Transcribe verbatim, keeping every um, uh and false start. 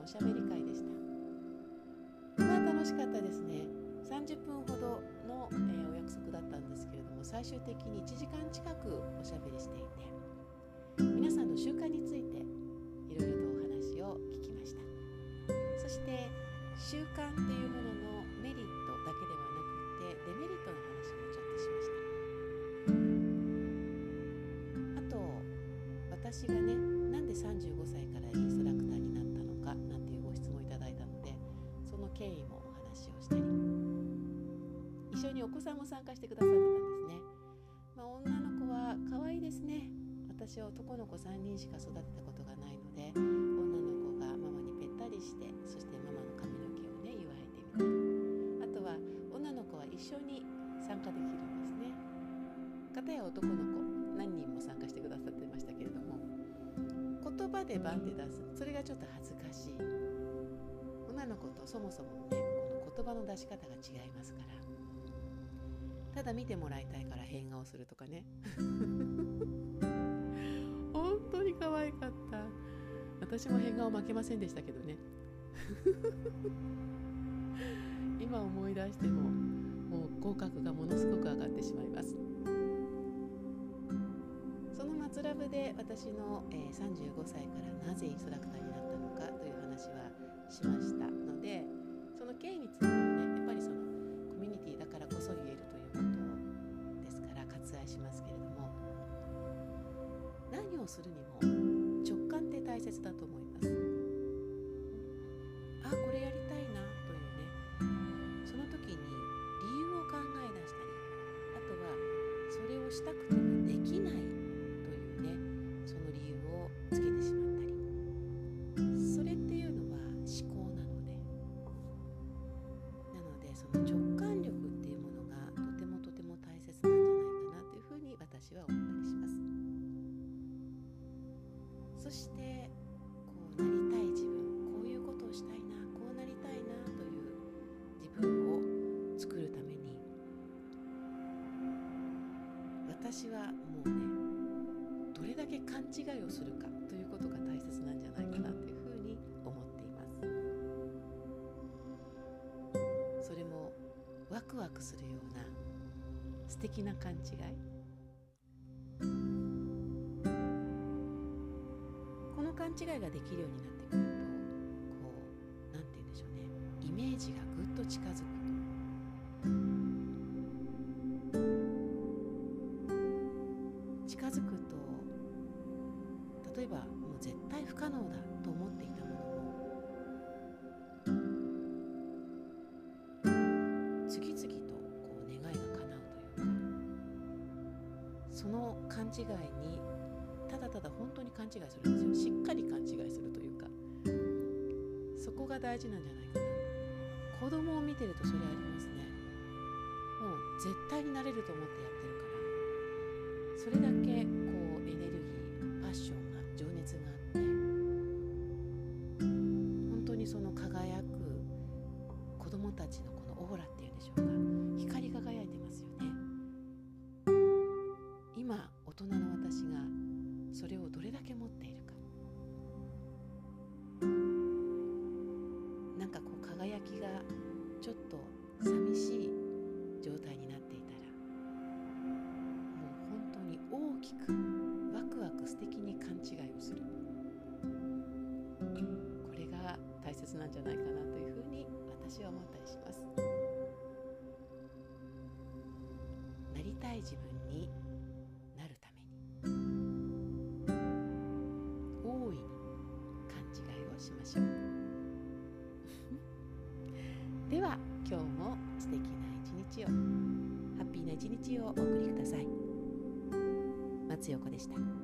おしゃべり会でした。まあ楽しかったですね。さんじゅっぷんほどの、えー、お約束だったんですけれども、最終的にいちじかん近くおしゃべりしていて、皆さんの習慣についていろいろとお話を聞きました。そして習慣というもののメリットだけではなくてデメリットの話もちょっとしました。あと私がね、なんでさんじゅうごさいからインストラクターになったのかなんていうご質問をいただいたので、その経緯もお話をしたり、一緒にお子さんも参加してくださってたんですね。まあ、女の子は可愛いですね。私は男の子さんにんしか育てたことがないので、女の子がママにぺったりして、そしてママの髪の毛をね結わえてみたり、あとは女の子は一緒に参加できるんですね。片や男の子何人も参加してくださってましたけれども、言葉でバンって出す、それがちょっと恥ずかしい。女の子とそもそもね、この言葉の出し方が違いますから、ただ見てもらいたいから変顔するとかね本当に可愛かった。私も変顔負けませんでしたけどね今思い出してももう口角がものすごく上がってしまいます。その松ラブで私の、えー、さんじゅうごさいからなぜインストラクターになったのかという話はしましたので、その経緯についてはね、やっぱりそのコミュニティだからこそ言えるということですから割愛しますけれども、何をするにも直感って大切だと思います。あ、これやりたいなというね、その時に理由を考え出したり、あとはそれをしたくてもできないというね、その理由をつけてしまったり、それっていうのは思考なので、なのでその直感力っていうものがとてもとても大切なんじゃないかなというふうに私は思ったりします。そしてこうなりたい自分、こういうことをしたいな、こうなりたいなという自分を作るために、私はもうね、どれだけ勘違いをするかということが大切なんじゃないかなというふうに思っています。それもワクワクするような素敵な勘違い、この勘違いができるようになってくると、こう、なんて言うんでしょうね、イメージがぐっと近づく。近づくと、例えばもう絶対不可能だと思っていたものも、次々とこう願いが叶うというか、その勘違いにただただ本当に勘違いするんですよ。しっかり勘違いするというか、そこが大事なんじゃないかな。子供を見てるとそれありますね。もう絶対になれると思ってやってるから、それだけこうエネルギー、パッションが、情熱があって、本当にその輝く子供たちのこのオーラっていうんでしょうか、光り輝いてますよね。今大人の私がそれをどれだけ持っているか、なんかこう輝きがちょっと寂しい状態になっていたら、もう本当に大きくワクワク素敵に勘違いをする、これが大切なんじゃないかなというふうに私は思ったりします。なりたい自分になるために大いに勘違いをしましょうでは今日も素敵な一日を、ハッピーな一日をお送りください。松横でした。